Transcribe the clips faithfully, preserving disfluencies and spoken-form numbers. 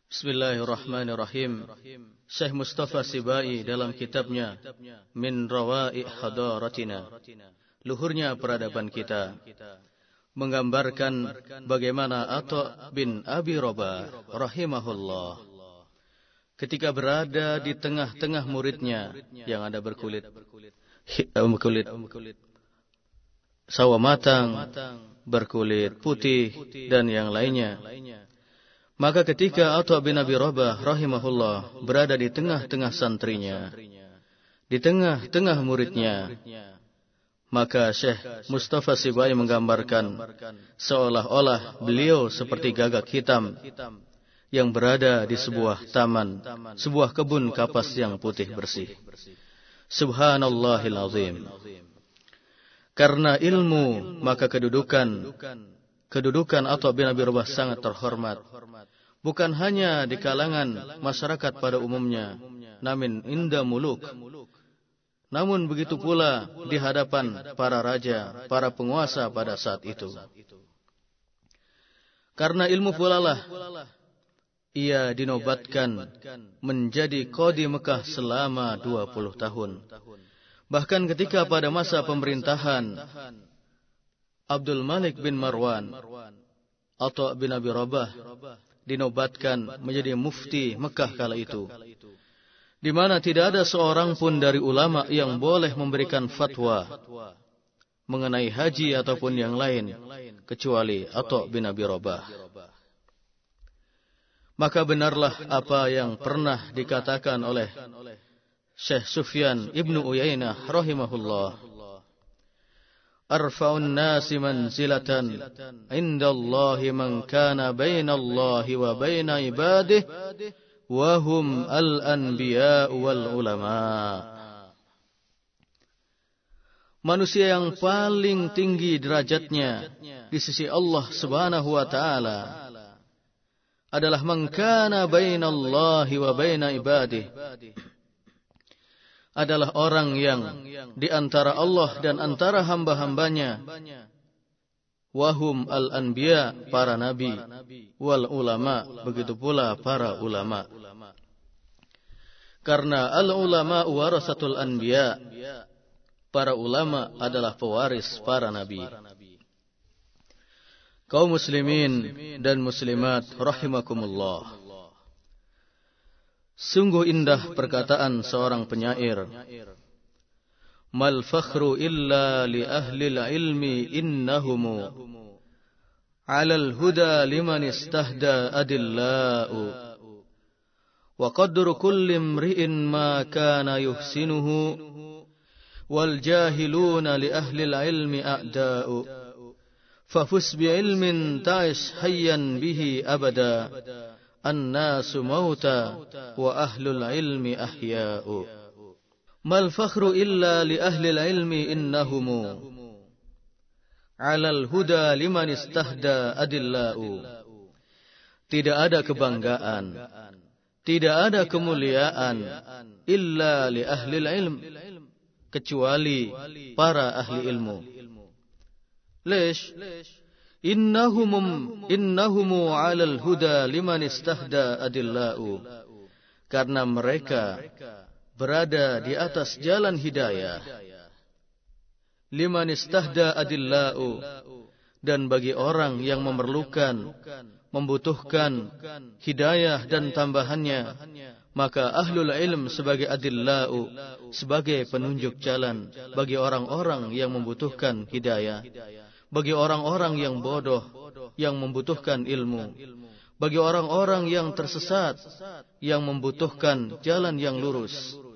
Bismillahirrahmanirrahim. Syekh Mustafa Sibai dalam kitabnya Min Rawa'i Hadaratina, luhurnya peradaban kita, menggambarkan bagaimana Atha bin Abi Rabah rahimahullah ketika berada di tengah-tengah muridnya yang ada berkulit berkulit sawo matang, berkulit putih dan yang lainnya. Maka ketika Atha bin Abi Rabah rahimahullah berada di tengah-tengah santrinya, di tengah-tengah muridnya, maka Syekh Mustafa Sibai menggambarkan seolah-olah beliau seperti gagak hitam yang berada di sebuah taman, sebuah kebun kapas yang putih bersih. Subhanallahil azim. Karena ilmu, maka kedudukan kedudukan Atha bin Abi Rabah sangat terhormat. Bukan hanya di kalangan masyarakat pada umumnya, namun inda muluk. Namun begitu pula di hadapan para raja, para penguasa pada saat itu. Karena ilmu pula lah ia dinobatkan menjadi qadhi Mekah selama dua puluh tahun. Bahkan ketika pada masa pemerintahan Abdul Malik bin Marwan, Atha bin Abi Rabah dinobatkan menjadi mufti Mekah kala itu, di mana tidak ada seorang pun dari ulama yang boleh memberikan fatwa mengenai haji ataupun yang lain kecuali Atha bin Abi Rabah. Maka benarlah apa yang pernah dikatakan oleh Syekh Sufyan ibnu Uyainah rahimahullah, Arfa'un nasi manzilatan indallahi man kana bainallahi wa baina ibadihi wa hum al-anbiya wal ulama. Manusia yang paling tinggi derajatnya di sisi Allah Subhanahu wa taala adalah man kana bainallahi wa baina ibadihi, adalah orang yang di antara Allah dan antara hamba-hambanya. Wahum al-anbiya, para nabi, wal ulama, begitu pula para ulama. Karena al-ulama warasatul anbiya, para ulama adalah pewaris para nabi. Kaum muslimin dan muslimat rahimakumullah, sungguh indah perkataan seorang penyair, Mal fakhru illa li ahli ilmi innahumu alal huda liman istahda adilla'u wa qadru kulli imri'in ma kana yuhsinuhu wal jahiluna li ahli ilmi a'da'u fafus bi ilmin ta'ish hayyan bihi abada An-nasu mauta wa ahlul ilmi ahya'u. Mal fakhru illa li ahlil ilmi innahumu alal huda liman istahda adilla'u. Tidak ada kebanggaan, tidak ada kemuliaan illa li ahlil ilm, kecuali para ahli ilmu. Lish? Innahum innahumu 'alal huda liman istahda adilla'u. Karena mereka berada di atas jalan hidayah. Liman istahda adilla'u, dan bagi orang yang memerlukan, membutuhkan hidayah dan tambahannya, maka ahlul ilm sebagai adilla'u, sebagai penunjuk jalan bagi orang-orang yang membutuhkan hidayah. Bagi orang-orang yang bodoh, yang membutuhkan ilmu. Bagi orang-orang yang tersesat, yang membutuhkan jalan yang lurus.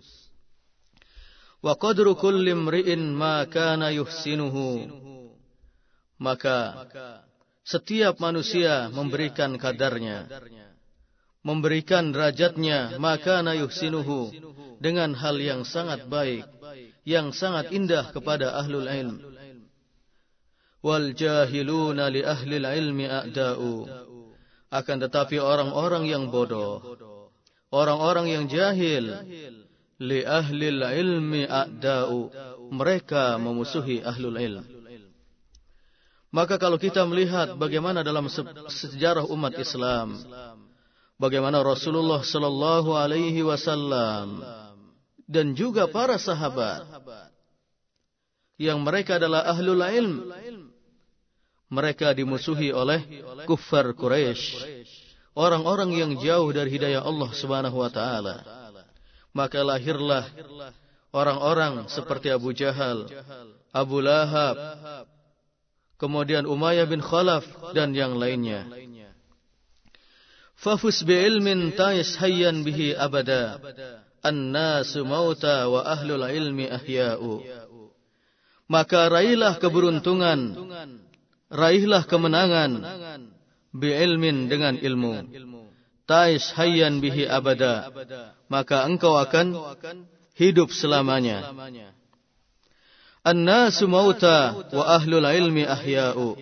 Wa qadru kulli imri'in ma kana yuhsinuhu. Maka setiap manusia memberikan kadarnya, memberikan derajatnya, ma kana yuhsinuhu, dengan hal yang sangat baik, yang sangat indah kepada ahlul ilm. Wal jahiluna li ahli ilmi a'da'u. Akan tetapi orang-orang yang bodoh, orang-orang yang jahil, li ahli ilmi a'da'u, mereka memusuhi ahlul ilm. Maka kalau kita melihat bagaimana dalam sejarah umat Islam, bagaimana Rasulullah sallallahu alaihi wasallam dan juga para sahabat yang mereka adalah ahlul ilm, mereka dimusuhi oleh kuffar Quraisy, orang-orang yang jauh dari hidayah Allah Subhanahu wa taala. Maka lahirlah orang-orang seperti Abu Jahal, Abu Lahab, kemudian Umayyah bin Khalaf dan yang lainnya. Fafus bi'ilmin ta'is hayyan bihi abada, an-nasu mauta wa ahlul ilmi ahya'u. Maka raihlah keberuntungan, raihlah kemenangan, bi'ilmin dengan ilmu. Ta'is hayyan bihi abada, maka engkau akan hidup selamanya. An-nasu mauta wa ahlul ilmi ahya'u.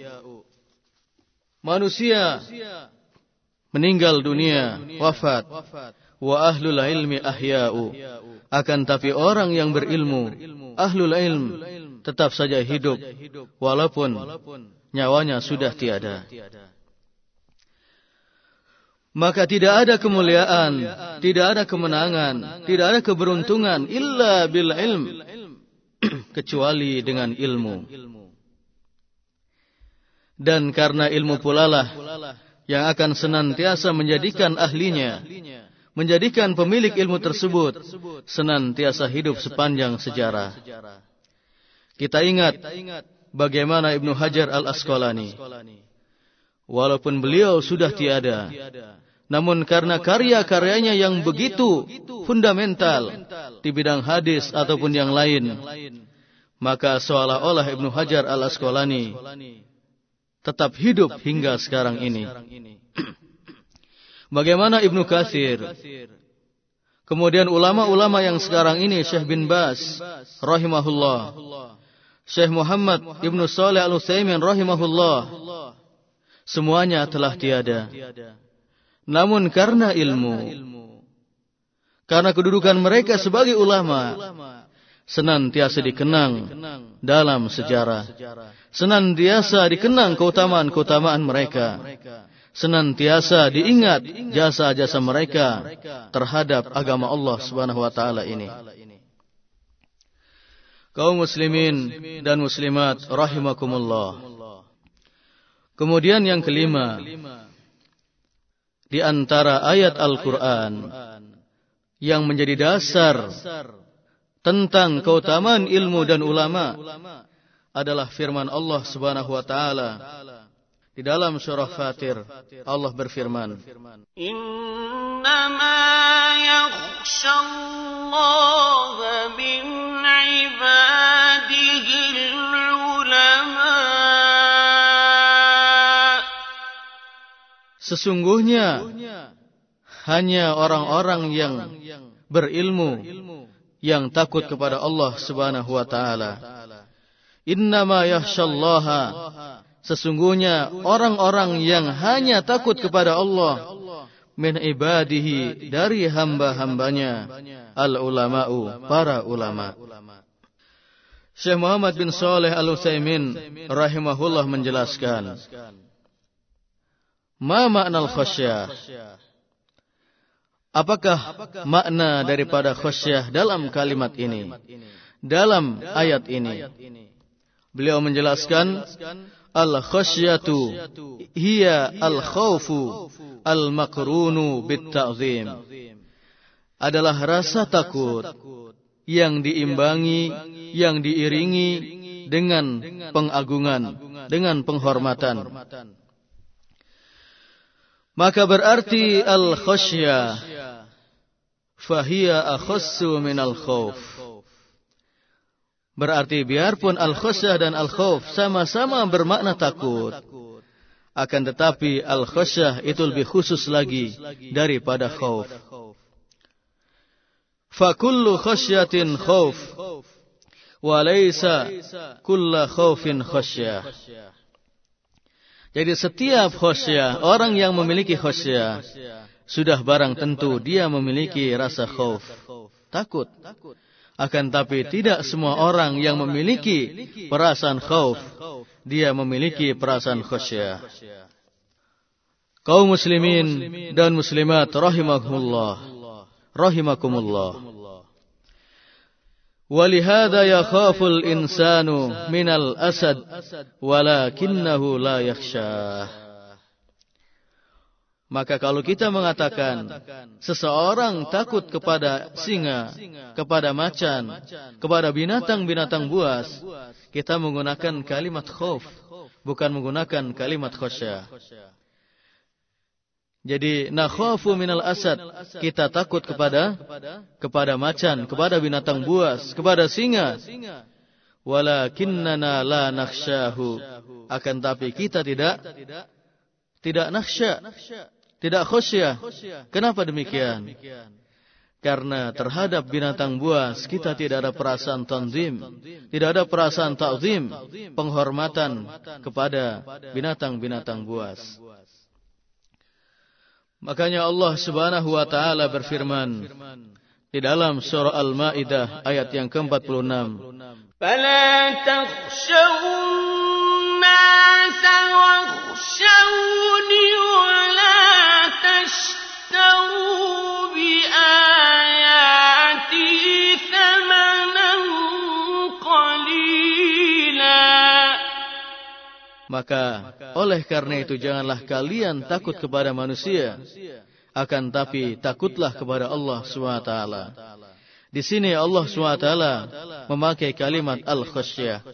Manusia meninggal dunia, wafat, wa ahlul ilmi ahya'u. Akan tapi orang yang berilmu, ahlul ilm, tetap saja hidup walaupun nyawanya sudah tiada. Maka tidak ada kemuliaan, tidak ada kemenangan, tidak ada keberuntungan illa bil ilm, kecuali dengan ilmu. Dan karena ilmu pula lah yang akan senantiasa menjadikan ahlinya, menjadikan pemilik ilmu tersebut senantiasa hidup sepanjang sejarah. Kita ingat bagaimana Ibnu Hajar al-Asqalani, walaupun beliau sudah tiada, namun karena karya-karyanya yang begitu fundamental di bidang hadis ataupun yang lain, maka seolah-olah Ibnu Hajar al-Asqalani tetap hidup hingga sekarang ini. Bagaimana Ibnu Katsir, kemudian ulama-ulama yang sekarang ini, Syekh bin Baz rahimahullah, Syekh Muhammad Ibnu Shalih Al-Utsaimin rahimahullah, semuanya telah tiada. Namun karena ilmu, karena kedudukan mereka sebagai ulama, senantiasa dikenang dalam sejarah, senantiasa dikenang keutamaan-keutamaan mereka, senantiasa diingat jasa-jasa mereka terhadap agama Allah Subhanahu wa taala ini. Kaum muslimin dan muslimat rahimakumullah. Kemudian yang kelima, di antara ayat Al-Quran yang menjadi dasar tentang keutamaan ilmu dan ulama adalah firman Allah Subhanahu wa taala di dalam surah Fatir. Allah berfirman, "Innama yakhshallaha min ibadihil ulama." Sesungguhnya hanya orang-orang yang berilmu yang takut kepada Allah Subhanahu wa taala. Innama yakhshallaha, sesungguhnya orang-orang yang hanya takut kepada Allah, min ibadihi, dari hamba-hambanya, al-ulama'u, para ulama. Syekh Muhammad bin Shalih Al-Utsaimin rahimahullah menjelaskan, ma makna al-khasyah? Apakah makna daripada khasyah dalam kalimat ini, dalam ayat ini? Beliau menjelaskan, al-khasyatu hiya al-khawfu al-makrunu bit-ta'zim. Adalah rasa takut yang diimbangi, yang diiringi dengan pengagungan, dengan penghormatan. Maka berarti al-khasyah fahiya akhassu minal khawf. Berarti biarpun al-khasyah dan al-khawf sama-sama bermakna takut, akan tetapi al-khasyah itu lebih khusus lagi daripada khawf. Fa kullu khasyatin khawf wa laysa kullu khawfin khasyah. Jadi setiap khasyah, orang yang memiliki khasyah, sudah barang tentu dia memiliki rasa khauf, takut. Akan tapi tidak semua orang yang memiliki perasaan khauf, dia memiliki perasaan khasyah. Kaum muslimin dan muslimat rahimakumullah, rahimakumullah. Walihada yakhaful insanu minal asad walakinnahu la yakhshah. Maka kalau kita mengatakan seseorang takut kepada singa, kepada macan, kepada binatang-binatang buas, kita menggunakan kalimat khauf, bukan menggunakan kalimat khasyah. Jadi nakhafu minal asad, kita takut kepada kepada macan, kepada binatang buas, kepada singa. Walakinnana la nakhsyahu, akan tapi kita tidak tidak nakhsya. Tidak khusyah. Kenapa demikian? Karena terhadap binatang buas kita tidak ada perasaan tanzim, tidak ada perasaan ta'zim, penghormatan kepada binatang-binatang buas. Makanya Allah Subhanahu wa taala berfirman di dalam surah Al-Maidah ayat yang ke empat puluh enam. Fala takhshawun nasa wakhshawni wa la tashtaru bi ayati thamanan qalila. Maka oleh karena itu janganlah kalian takut kepada manusia, akan tapi takutlah kepada Allah subhanahu wa taala. Di sini Allah subhanahu wa taala memakai kalimat al-khasyah.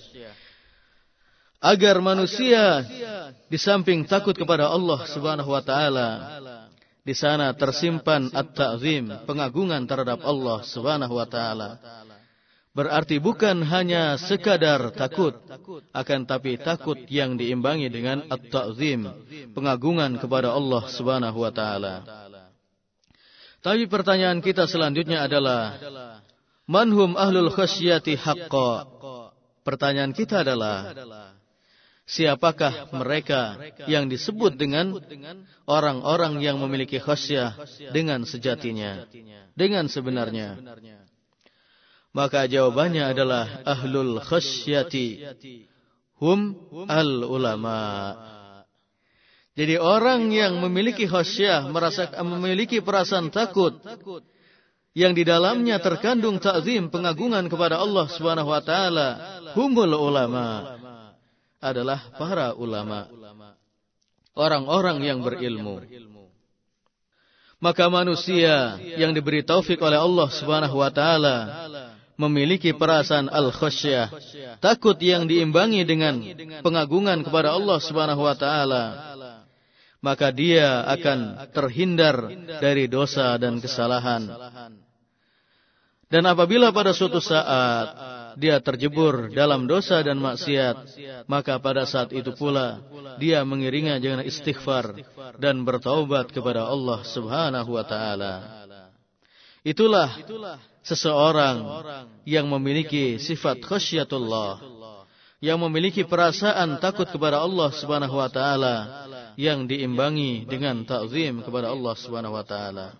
Agar manusia di samping takut kepada Allah subhanahu wa taala, di sana tersimpan at-ta'zim, pengagungan terhadap Allah subhanahu wa taala. Berarti bukan hanya sekadar takut, akan tapi takut yang diimbangi dengan at-ta'zim, pengagungan kepada Allah subhanahu wa taala. Tapi pertanyaan kita selanjutnya adalah, manhum ahlul khasyati haqqa? Pertanyaan kita adalah, siapakah mereka yang disebut dengan orang-orang yang memiliki khasyah dengan sejatinya, dengan sebenarnya? Maka jawabannya adalah ahlul khasyati hum al-ulama. Jadi orang yang memiliki khasyah, merasa memiliki perasaan takut yang di dalamnya terkandung ta'zim, pengagungan kepada Allah Subhanahu wa taala, humul ulama, adalah para ulama, orang-orang yang berilmu. Maka manusia yang diberi taufik oleh Allah Subhanahu wa taala memiliki perasaan al-khasyah, takut yang diimbangi dengan pengagungan kepada Allah Subhanahu wa taala, maka dia akan terhindar dari dosa dan kesalahan. Dan apabila pada suatu saat dia terjebur dalam dosa dan maksiat, maka pada saat itu pula dia mengiringi dengan istighfar dan bertaubat kepada Allah Subhanahu wa taala. Itulah seseorang yang memiliki sifat khasyatullah, yang memiliki perasaan takut kepada Allah Subhanahu wa taala, yang diimbangi dengan ta'zim kepada Allah Subhanahu wa taala.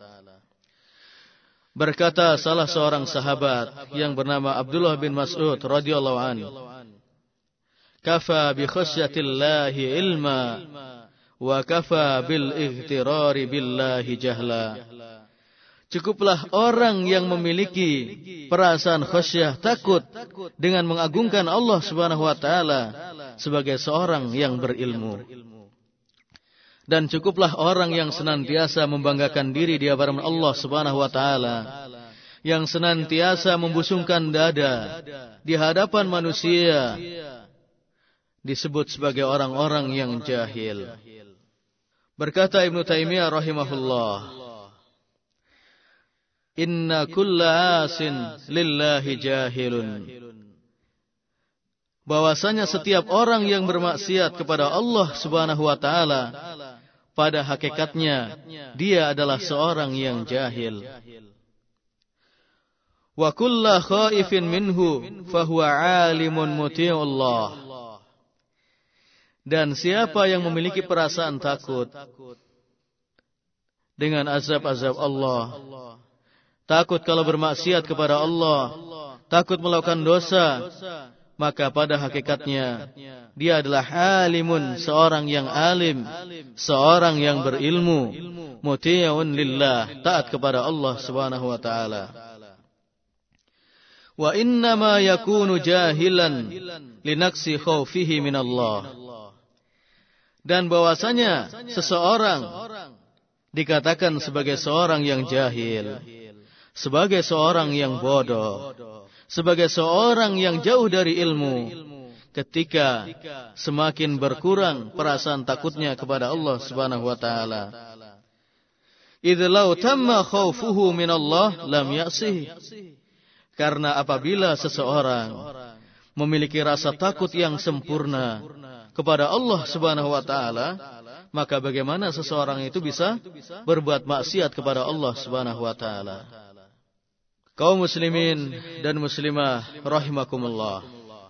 Berkata salah seorang sahabat yang bernama Abdullah bin Mas'ud radhiyallahu anhu, "Kafa bi khasyatillahi ilma wa kafa bil ightirari billahi jahla." Cukuplah orang yang memiliki perasaan khasyah, takut dengan mengagungkan Allah Subhanahu wa taala sebagai seorang yang berilmu. Dan cukuplah orang yang senantiasa membanggakan diri di hadapan Allah Subhanahu wa taala, yang senantiasa membusungkan dada di hadapan manusia, disebut sebagai orang-orang yang jahil. Berkata Ibnu Taimiyah rahimahullah, "Inna kulla asin lillahi jahilun." Bahwasanya setiap orang yang bermaksiat kepada Allah Subhanahu wa taala, pada hakikatnya dia adalah seorang yang jahil. Wa kullu khaifin minhu fahuwa 'alimun muti'ullah. Dan siapa yang memiliki perasaan takut dengan azab-azab Allah, takut kalau bermaksiat kepada Allah, takut melakukan dosa, maka pada hakikatnya dia adalah alimun, seorang yang alim, seorang yang berilmu, muti'un lillah, taat kepada Allah Subhanahu wa taala. Wa innama yakunu jahilan linaqsi khaufihi min Allah. Dan bahwasanya seseorang dikatakan sebagai seorang yang jahil, sebagai seorang yang bodoh, sebagai seorang yang jauh dari ilmu, ketika semakin berkurang perasaan takutnya kepada Allah Subhanahu wa taala. Idz law tamma khaufuhu min Allah lam ya'sih. Karena apabila seseorang memiliki rasa takut yang sempurna kepada Allah Subhanahu wa taala, maka bagaimana seseorang itu bisa berbuat maksiat kepada Allah Subhanahu wa taala? Kaum muslimin dan muslimah rahimakumullah.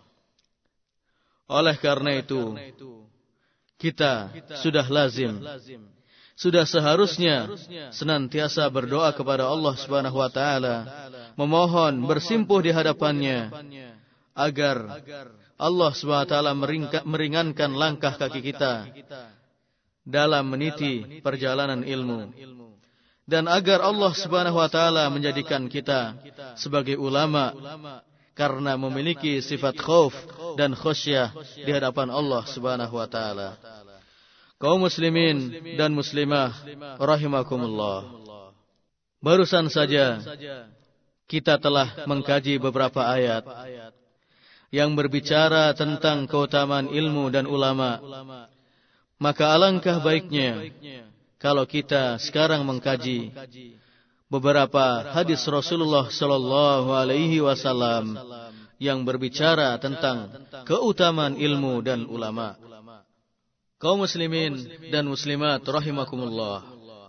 Oleh karena itu, kita sudah lazim, sudah seharusnya senantiasa berdoa kepada Allah Subhanahu wa taala, memohon bersimpuh di hadapannya agar Allah Subhanahu wa taala meringankan langkah kaki kita dalam meniti perjalanan ilmu, dan agar Allah Subhanahu wa taala menjadikan kita sebagai ulama karena memiliki sifat khauf dan khasyah di hadapan Allah Subhanahu wa taala. Kaum muslimin dan muslimah rahimakumullah. Barusan saja kita telah mengkaji beberapa ayat yang berbicara tentang keutamaan ilmu dan ulama. Maka alangkah baiknya kalau kita sekarang mengkaji beberapa hadis Rasulullah sallallahu alaihi wasallam yang berbicara tentang keutamaan ilmu dan ulama. Kaum muslimin dan muslimat rahimakumullah.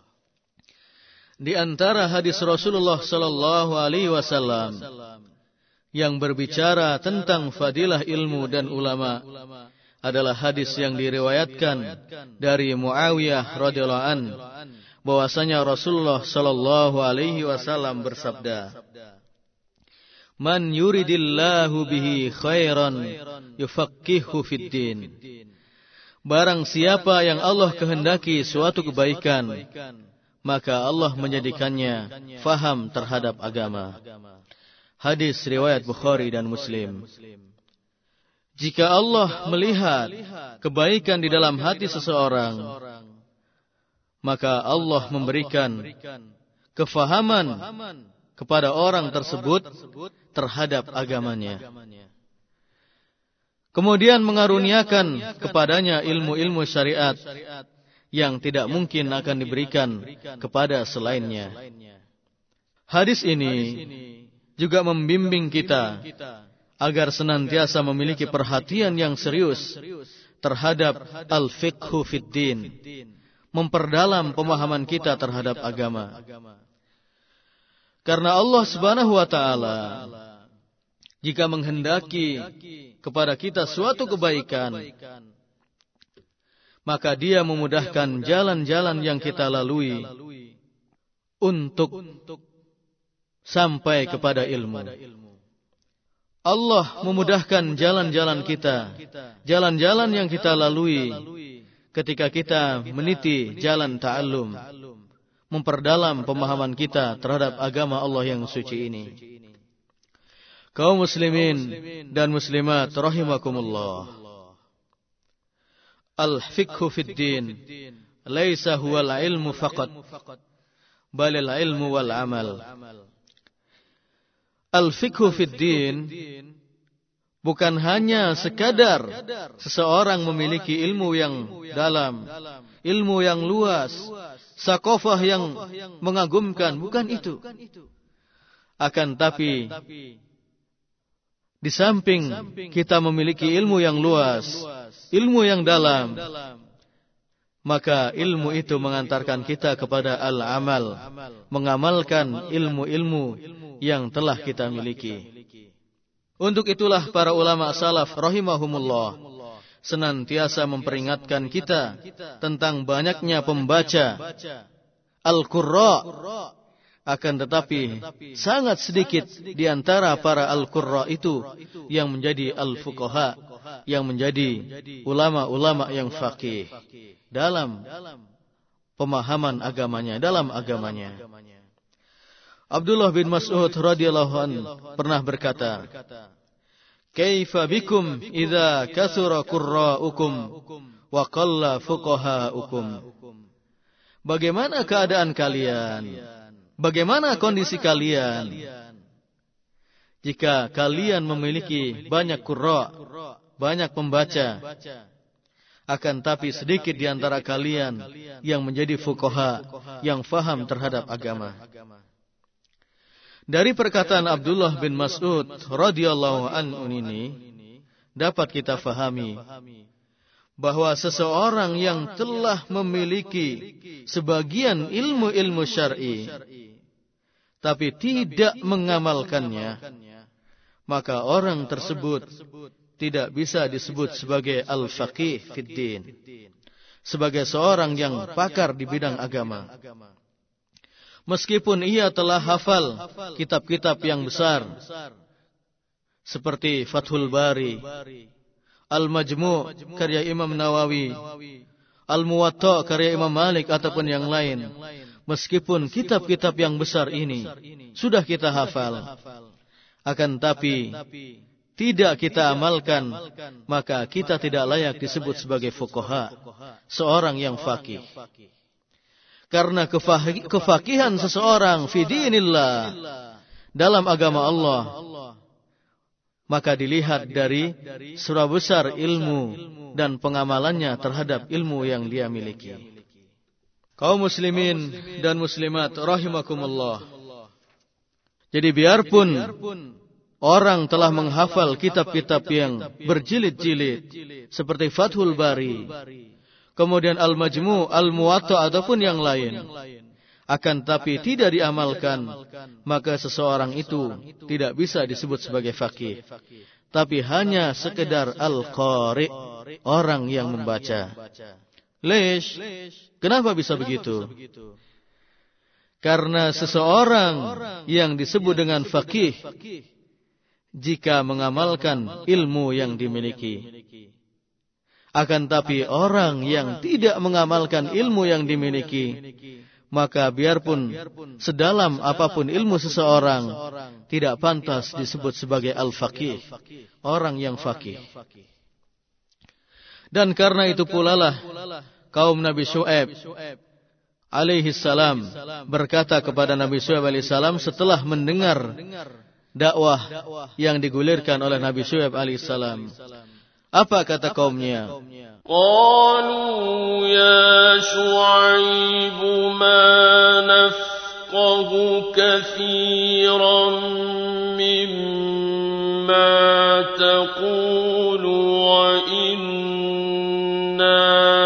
Di antara hadis Rasulullah sallallahu alaihi wasallam yang berbicara tentang fadilah ilmu dan ulama adalah hadis yang diriwayatkan dari Muawiyah radhiyallahu an, bahwasanya Rasulullah sallallahu alaihi wasallam bersabda, "Man yuridillahu bihi khairan yufaqqihhu fid din." Barang siapa yang Allah kehendaki suatu kebaikan, maka Allah menjadikannya faham terhadap agama. Hadis riwayat Bukhari dan Muslim. Jika Allah melihat kebaikan di dalam hati seseorang, maka Allah memberikan kefahaman kepada orang tersebut terhadap agamanya. Kemudian mengaruniakan kepadanya ilmu-ilmu syariat yang tidak mungkin akan diberikan kepada selainnya. Hadis ini juga membimbing kita agar senantiasa memiliki perhatian yang serius terhadap al-fiqhu fid din, memperdalam pemahaman kita terhadap agama. Karena Allah Subhanahu wa taala jika menghendaki kepada kita suatu kebaikan, maka Dia memudahkan jalan-jalan yang kita lalui untuk sampai kepada ilmu. Allah memudahkan jalan-jalan kita, jalan-jalan yang kita lalui ketika kita meniti jalan ta'allum, memperdalam pemahaman kita terhadap agama Allah yang suci ini. Kaum muslimin dan muslimat rahimakumullah. Al-fiqhu fid din laisa huwal ilmu faqat, bal al-ilmu wal amal. Al-fiqhu fid din bukan hanya sekadar seseorang memiliki ilmu yang dalam, ilmu yang luas, sakofah yang mengagumkan, bukan itu. Akan tapi di samping kita memiliki ilmu yang luas, ilmu yang dalam, maka ilmu itu mengantarkan kita kepada al-amal, mengamalkan ilmu-ilmu yang telah kita miliki. Untuk itulah para ulama salaf rahimahumullah senantiasa memperingatkan kita tentang banyaknya pembaca al-qurra, Akan tetapi sangat sedikit di antara para al-qurra itu yang menjadi al-fuqaha, yang menjadi ulama-ulama yang faqih dalam pemahaman agamanya, dalam agamanya. Abdullah bin Mas'ud radhiyallahu anhu pernah berkata, "Kaifa bikum idza kasura qurra'ukum wa qalla fuqaha'ukum?" Bagaimana keadaan kalian? Bagaimana kondisi kalian jika kalian memiliki banyak qurra, banyak pembaca, akan tapi sedikit di antara kalian yang menjadi fuqaha, yang faham terhadap agama? Dari perkataan Abdullah bin Mas'ud radhiyallahu anhu ini dapat kita fahami bahwa seseorang yang telah memiliki sebagian ilmu-ilmu syar'i tapi tidak mengamalkannya, maka orang tersebut tidak bisa disebut sebagai al-faqih fid din, sebagai seorang yang pakar di bidang agama. Meskipun ia telah hafal kitab-kitab yang besar seperti Fathul Bari, Al-Majmu' karya Imam Nawawi, Al-Muwatta karya Imam Malik ataupun yang lain, meskipun kitab-kitab yang besar ini sudah kita hafal, akan tapi tidak kita amalkan, maka kita tidak layak disebut sebagai fuqaha, seorang yang faqih. Karena kefakihan seseorang fi dinillah, dalam agama Allah, maka dilihat dari surah besar ilmu dan pengamalannya terhadap ilmu yang dia miliki. Kaum muslimin dan muslimat rahimakumullah. Jadi biarpun orang telah menghafal kitab-kitab yang berjilid-jilid seperti Fathul Bari, kemudian Al-Majmu', Al-Muwatta ataupun yang lain, akan tapi tidak diamalkan, maka seseorang itu tidak bisa disebut sebagai faqih, tapi hanya sekedar al-qari, orang yang membaca. Leish, kenapa bisa begitu? Karena seseorang yang disebut dengan faqih jika mengamalkan ilmu yang dimiliki, akan tapi orang yang tidak mengamalkan ilmu yang dimiliki, maka biarpun sedalam apapun ilmu seseorang, tidak pantas disebut sebagai al-faqih, orang yang faqih. Dan karena itu pula lah kaum Nabi Syu'aib alaihi salam berkata kepada Nabi Syu'aib alaihi salam setelah mendengar dakwah yang digulirkan oleh Nabi Syu'aib alaihi salam. Apa kata kaumnya? Qalu ya Syu'aib ma nafqahu katsiran mimma taqulu wa inna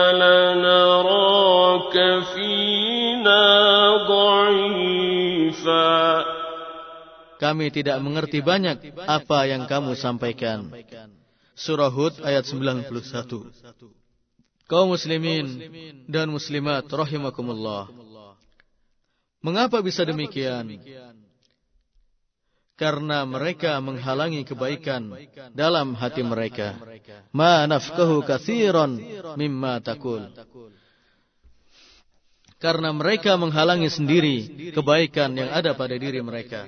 lanaraka fina dha'ifa. Kami tidak mengerti banyak apa yang kamu sampaikan. Surah Hud ayat sembilan puluh satu. Kaum muslimin dan muslimat rahimakumullah. Mengapa bisa demikian? Karena mereka menghalangi kebaikan dalam hati mereka. Ma nafqahu katsiran mimma taqul. Karena mereka menghalangi sendiri kebaikan yang ada pada diri mereka.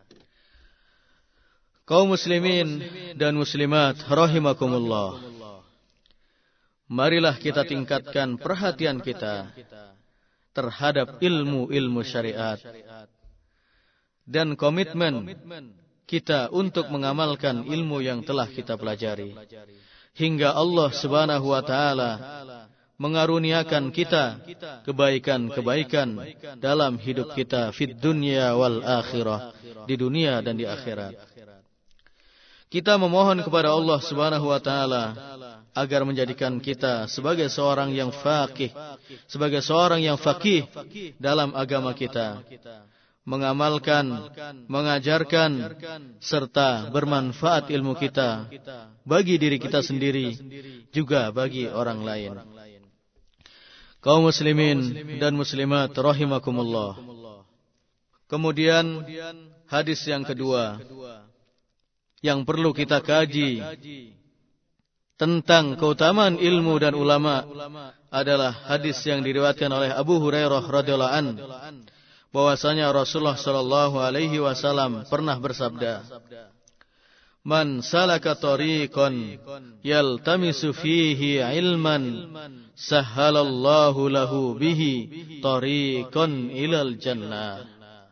Kaum muslimin dan muslimat rahimakumullah. Marilah kita tingkatkan perhatian kita terhadap ilmu-ilmu syariat dan komitmen kita untuk mengamalkan ilmu yang telah kita pelajari hingga Allah Subhanahu wa taala mengaruniakan kita kebaikan-kebaikan dalam hidup kita fid dunya wal akhirah, di dunia dan di akhirat. Kita memohon kepada Allah Subhanahu wa taala agar menjadikan kita sebagai seorang yang faqih, sebagai seorang yang faqih dalam agama kita, mengamalkan, mengajarkan serta bermanfaat ilmu kita bagi diri kita sendiri juga bagi orang lain. Kaum muslimin dan muslimat rahimakumullah. Kemudian hadis yang kedua yang perlu kita kaji tentang keutamaan ilmu dan ulama adalah hadis yang diriwayatkan oleh Abu Hurairah radhiyallahu an, bahwasanya Rasulullah sallallahu alaihi wasallam pernah bersabda, "Man salaka tariqan yaltamisu fihi ilman, sahhalallahu lahu bihi tariqan ilal jannah."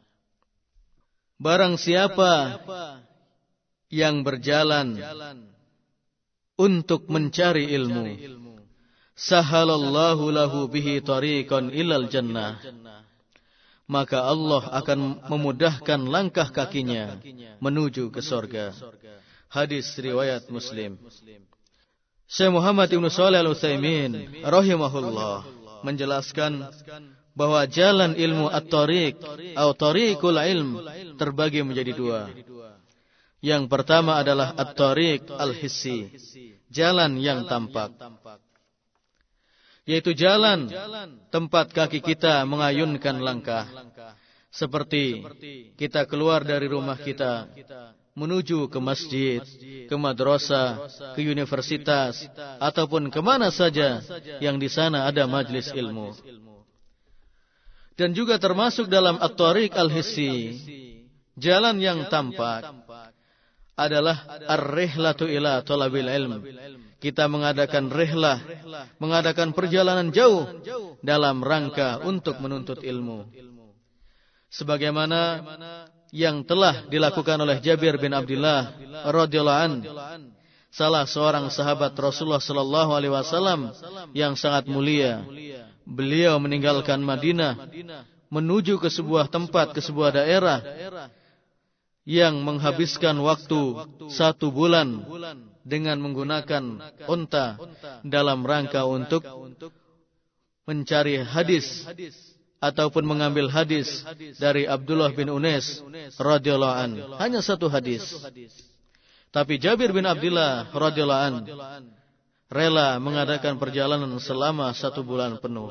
Barang siapa yang berjalan untuk mencari ilmu, sahhalallahu lahu bihi tariqan ilal jannah, maka Allah akan memudahkan langkah kakinya menuju ke surga. Hadis riwayat Muslim. Syekh Muhammad Ibn Shalih Al-Utsaimin rahimahullah menjelaskan bahwa jalan ilmu at-tariq atau tariqul ilm terbagi menjadi dua. Yang pertama adalah at-tariq al-hissi, jalan yang tampak, yaitu jalan tempat kaki kita mengayunkan langkah. Seperti kita keluar dari rumah kita menuju ke masjid, ke madrasah, ke universitas, ataupun kemana saja yang di sana ada majlis ilmu. Dan juga termasuk dalam at-tariq al-hissi, jalan yang tampak, adalah ar-rihlatu ila talabil ilm. Kita mengadakan rihlah, mengadakan perjalanan jauh dalam rangka untuk menuntut ilmu. Sebagaimana yang telah dilakukan oleh Jabir bin Abdullah radhiyallahu an, salah seorang sahabat Rasulullah sallallahu alaihi wasallam yang sangat mulia. Beliau meninggalkan Madinah menuju ke sebuah tempat, ke sebuah daerah yang menghabiskan waktu satu bulan dengan menggunakan unta dalam rangka untuk mencari hadis ataupun mengambil hadis dari Abdullah bin Unais radhiyallahu an. Hanya satu hadis. Tapi Jabir bin Abdullah radhiyallahu an rela mengadakan perjalanan selama satu bulan penuh.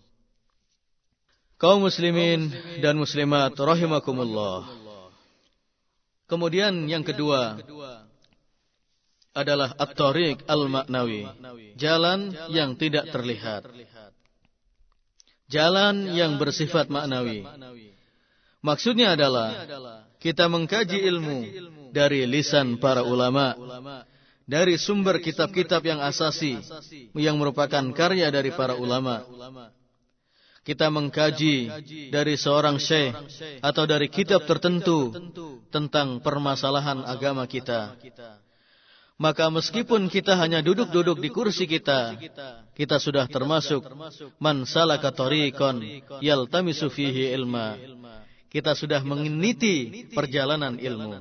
Kaum muslimin dan muslimat rahimakumullah. Kemudian yang kedua adalah at-tariq al-ma'nawi, jalan yang tidak terlihat, jalan yang bersifat maknawi. Maksudnya adalah kita mengkaji ilmu dari lisan para ulama, dari sumber kitab-kitab yang asasi, yang merupakan karya dari para ulama. Kita mengkaji dari seorang syekh atau dari kitab tertentu tentang permasalahan agama kita. Maka meskipun kita hanya duduk-duduk di kursi kita, kita sudah termasuk man salaka tariqan yaltamisu fihi ilma. Kita sudah meniti perjalanan ilmu.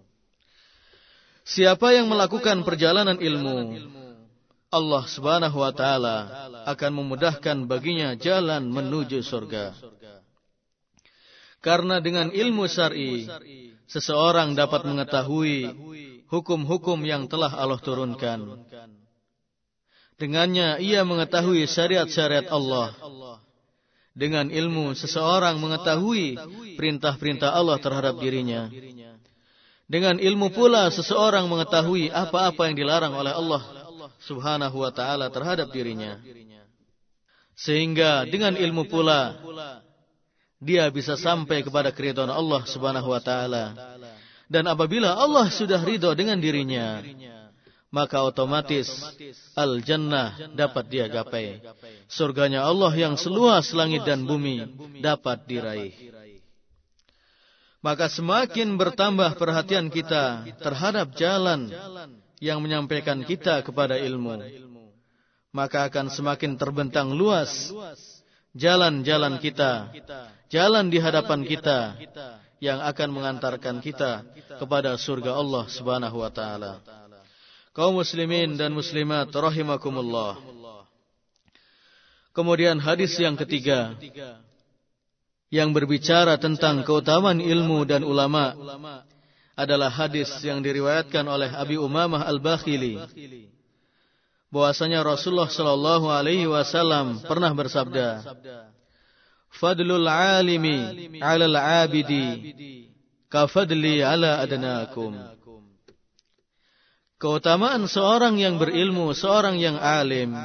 Siapa yang melakukan perjalanan ilmu, Allah Subhanahu wa taala akan memudahkan baginya jalan menuju surga. Karena dengan ilmu syar'i, seseorang dapat mengetahui hukum-hukum yang telah Allah turunkan. Dengannya ia mengetahui syariat-syariat Allah. Dengan ilmu seseorang mengetahui perintah-perintah Allah terhadap dirinya. Dengan ilmu pula seseorang mengetahui apa-apa yang dilarang oleh Allah Subhanahu wa ta'ala terhadap dirinya. Sehingga dengan ilmu pula dia bisa sampai kepada keridhaan Allah Subhanahu wa ta'ala. Dan apabila Allah sudah ridho dengan dirinya, maka otomatis al-jannah dapat dia gapai. Surganya Allah yang seluas langit dan bumi dapat diraih. Maka semakin bertambah perhatian kita terhadap jalan yang menyampaikan kita kepada ilmu, maka akan semakin terbentang luas jalan-jalan kita, jalan di hadapan kita yang akan mengantarkan kita kepada surga Allah Subhanahu wa taala. Kaum muslimin dan muslimat rahimakumullah. Kemudian hadis yang ketiga yang berbicara tentang keutamaan ilmu dan ulama adalah hadis yang diriwayatkan oleh Abi Umamah Al-Bakhili, bahwasanya Rasulullah sallallahu alaihi wasallam pernah bersabda, Fadlul alimi 'alal 'abidi ka fadli 'ala adnakum. Keutamaan seorang yang berilmu, seorang yang alim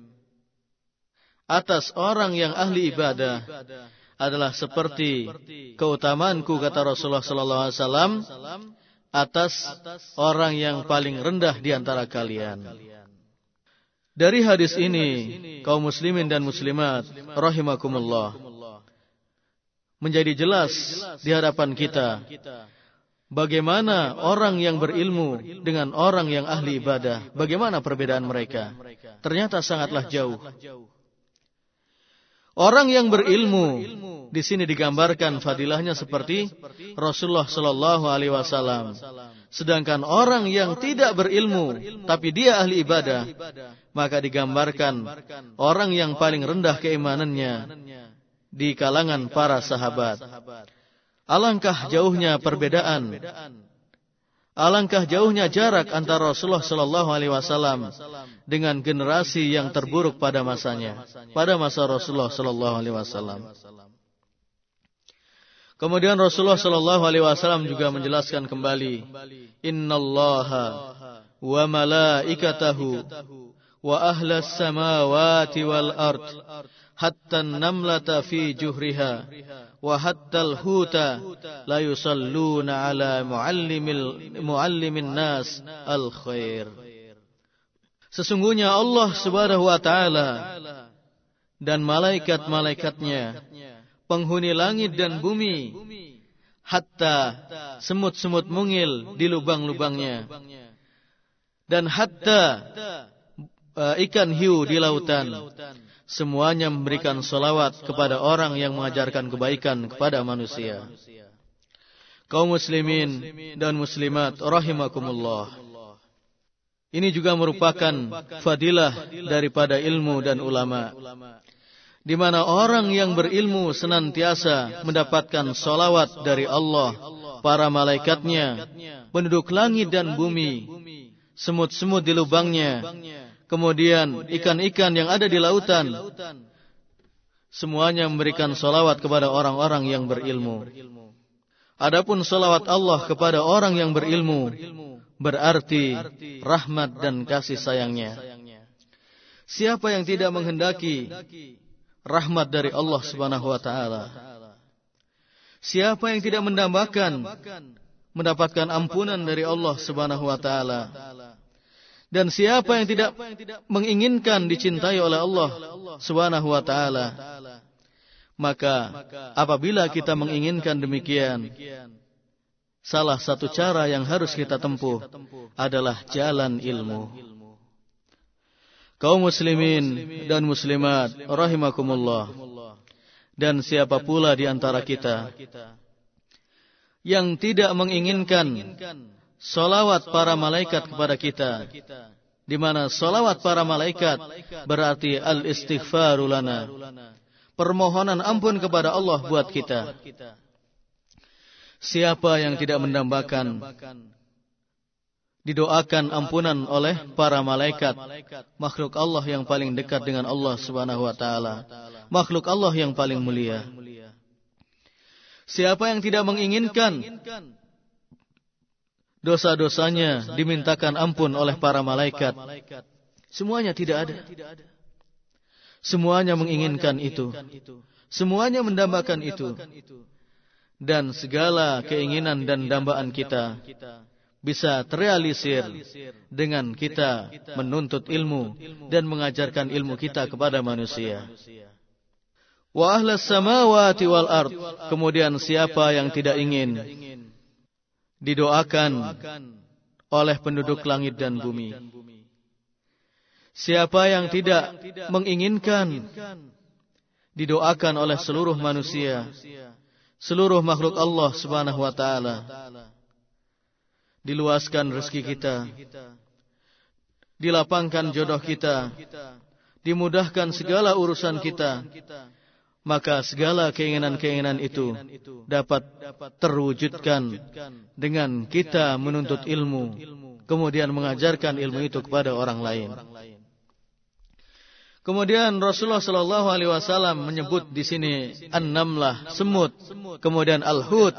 atas orang yang ahli ibadah adalah seperti keutamaanku, kata Rasulullah sallallahu alaihi wasallam, atas orang yang paling rendah di antara kalian. Dari hadis ini, kaum muslimin dan muslimat rahimakumullah, menjadi jelas di hadapan kita bagaimana orang yang berilmu dengan orang yang ahli ibadah, bagaimana perbedaan mereka. Ternyata sangatlah jauh. Orang yang berilmu di sini digambarkan fadilahnya seperti Rasulullah sallallahu alaihi wasallam. Sedangkan orang yang tidak berilmu tapi dia ahli ibadah, maka digambarkan orang yang paling rendah keimanannya di kalangan para sahabat. Alangkah jauhnya perbedaan, alangkah jauhnya jarak antara Rasulullah sallallahu alaihi wasallam dengan generasi yang terburuk pada masanya, pada masa Rasulullah sallallahu alaihi wasallam. Kemudian Rasulullah sallallahu alaihi wasallam juga menjelaskan kembali, innallaha wa malaikatahu wa ahlas samawati wal ard hatta an-namlata fi juhriha wa hatta al-huta la yusalluna ala muallimil muallimin nas al-khair. Sesungguhnya Allah Subhanahu wa taala dan malaikat-malaikatnya, penghuni langit dan bumi, hatta semut-semut mungil di lubang-lubangnya, dan hatta uh, ikan hiu di lautan, semuanya memberikan salawat kepada orang yang mengajarkan kebaikan kepada manusia. Kaum muslimin dan muslimat rahimakumullah, ini juga merupakan fadilah daripada ilmu dan ulama, di mana orang yang berilmu senantiasa mendapatkan salawat dari Allah, para malaikatnya, penduduk langit dan bumi, semut-semut di lubangnya, kemudian ikan-ikan yang ada di lautan, semuanya memberikan salawat kepada orang-orang yang berilmu. Adapun salawat Allah kepada orang yang berilmu berarti rahmat dan kasih sayangnya. Siapa yang tidak menghendaki rahmat dari Allah Subhanahu wa taala? Siapa yang tidak mendambakan mendapatkan ampunan dari Allah Subhanahu wa taala? Dan siapa yang tidak menginginkan dicintai oleh Allah Subhanahu wa taala? Maka apabila kita menginginkan demikian, salah satu cara yang harus kita tempuh adalah jalan ilmu. Kaum muslimin dan muslimat rahimakumullah, dan siapa pula di antara kita yang tidak menginginkan salawat para malaikat kepada kita, di mana salawat para malaikat berarti al-istighfaru lana, permohonan ampun kepada Allah buat kita. Siapa yang tidak mendambakan didoakan ampunan oleh para malaikat, makhluk Allah yang paling dekat dengan Allah Subhanahu wa taala, makhluk Allah yang paling mulia. Siapa yang tidak menginginkan dosa-dosanya dimintakan ampun oleh para malaikat, semuanya tidak ada. Semuanya menginginkan itu, semuanya mendambakan itu. Dan segala keinginan dan dambaan kita bisa terrealisir dengan kita menuntut ilmu dan mengajarkan ilmu kita kepada manusia. Wa ahlas samawati wal ard. Kemudian siapa yang tidak ingin didoakan oleh penduduk langit dan bumi? Siapa yang tidak menginginkan didoakan oleh seluruh manusia, seluruh makhluk Allah Subhanahu wa taala? Diluaskan rezeki kita, dilapangkan jodoh kita, dimudahkan segala urusan kita, maka segala keinginan-keinginan itu dapat terwujudkan dengan kita menuntut ilmu, kemudian mengajarkan ilmu itu kepada orang lain. Kemudian Rasulullah Shallallahu Alaihi Wasallam menyebut di sini an-namlah, semut, kemudian al-hut,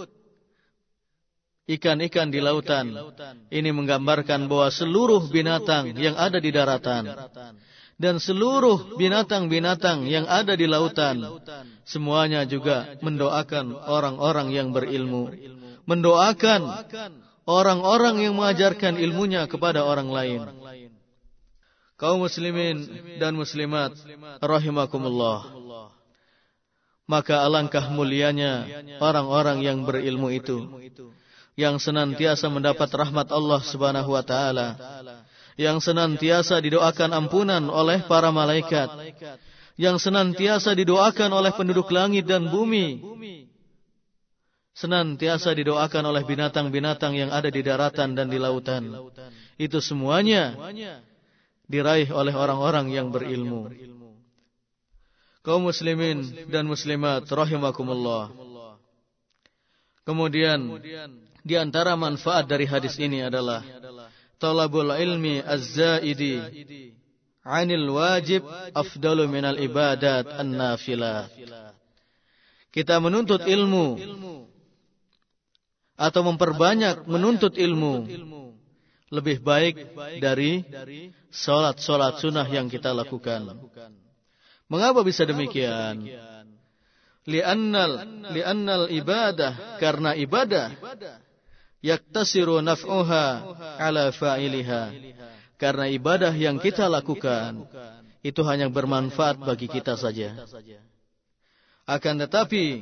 ikan-ikan di lautan. Ini menggambarkan bahwa seluruh binatang yang ada di daratan dan seluruh binatang-binatang yang ada di lautan, semuanya juga mendoakan orang-orang yang berilmu, mendoakan orang-orang yang mengajarkan ilmunya kepada orang lain. Kaum muslimin dan muslimat rahimakumullah, maka alangkah mulianya orang-orang yang berilmu itu, yang senantiasa mendapat rahmat Allah Subhanahu wa taala, yang senantiasa didoakan ampunan oleh para malaikat, yang senantiasa didoakan oleh penduduk langit dan bumi, senantiasa didoakan oleh binatang-binatang yang ada di daratan dan di lautan. Itu semuanya diraih oleh orang-orang yang berilmu. Kaum muslimin dan muslimat rahimakumullah. Kemudian di antara manfaat dari hadis ini adalah talabul ilmi az-zaidi 'anil wajib afdalu minal ibadat an-nafilah. Kita menuntut ilmu atau memperbanyak menuntut ilmu lebih baik dari salat-salat sunnah yang kita lakukan. Mengapa bisa demikian? Li'annal li'annal ibadah, karena ibadah yaktasiru naf'uha ala fa'iliha. Karena ibadah yang kita lakukan itu hanya bermanfaat bagi kita saja. Akan tetapi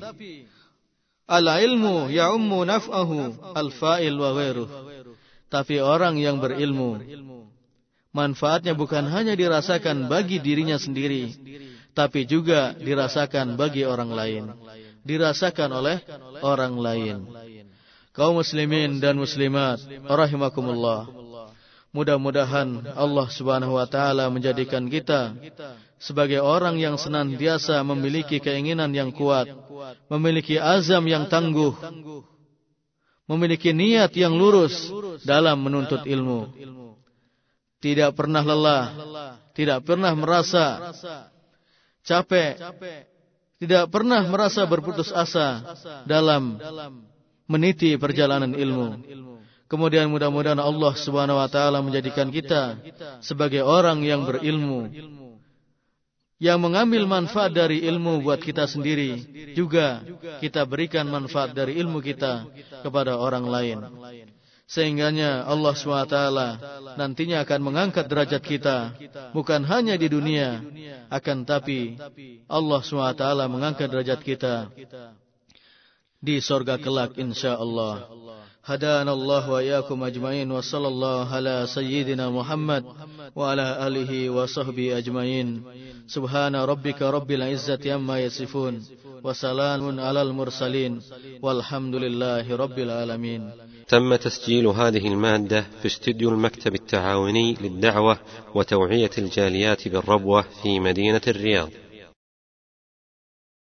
al-ilmu ya'ummu naf'ahu al-fa'il wa ghairuh. Tapi orang yang berilmu, manfaatnya bukan hanya dirasakan bagi dirinya sendiri, tapi juga dirasakan bagi orang lain, dirasakan oleh orang lain. Kaum muslimin dan muslimat rahimakumullah, mudah-mudahan Allah Subhanahu wa taala menjadikan kita sebagai orang yang senantiasa memiliki keinginan yang kuat, memiliki azam yang tangguh, memiliki niat yang lurus dalam menuntut ilmu. Tidak pernah lelah, tidak pernah merasa capek, tidak pernah merasa berputus asa dalam meniti perjalanan ilmu. Kemudian mudah-mudahan Allah Subhanahu wa taala menjadikan kita sebagai orang yang berilmu, yang mengambil manfaat dari ilmu buat kita sendiri, juga kita berikan manfaat dari ilmu kita kepada orang lain. Sehingganya Allah subhanahu wa taala nantinya akan mengangkat derajat kita, bukan hanya di dunia, akan tapi Allah subhanahu wa taala mengangkat derajat kita di surga kelak insyaallah. هدانا الله وإياكم أجمعين وصلى الله على سيدنا محمد وعلى آله وصحبه أجمعين سبحان ربك رب العزة عما يصفون وسلام على المرسلين والحمد لله رب العالمين. تم تسجيل هذه المادة في استديو المكتب التعاوني للدعوة وتوعية الجاليات بالربوة في مدينة الرياض.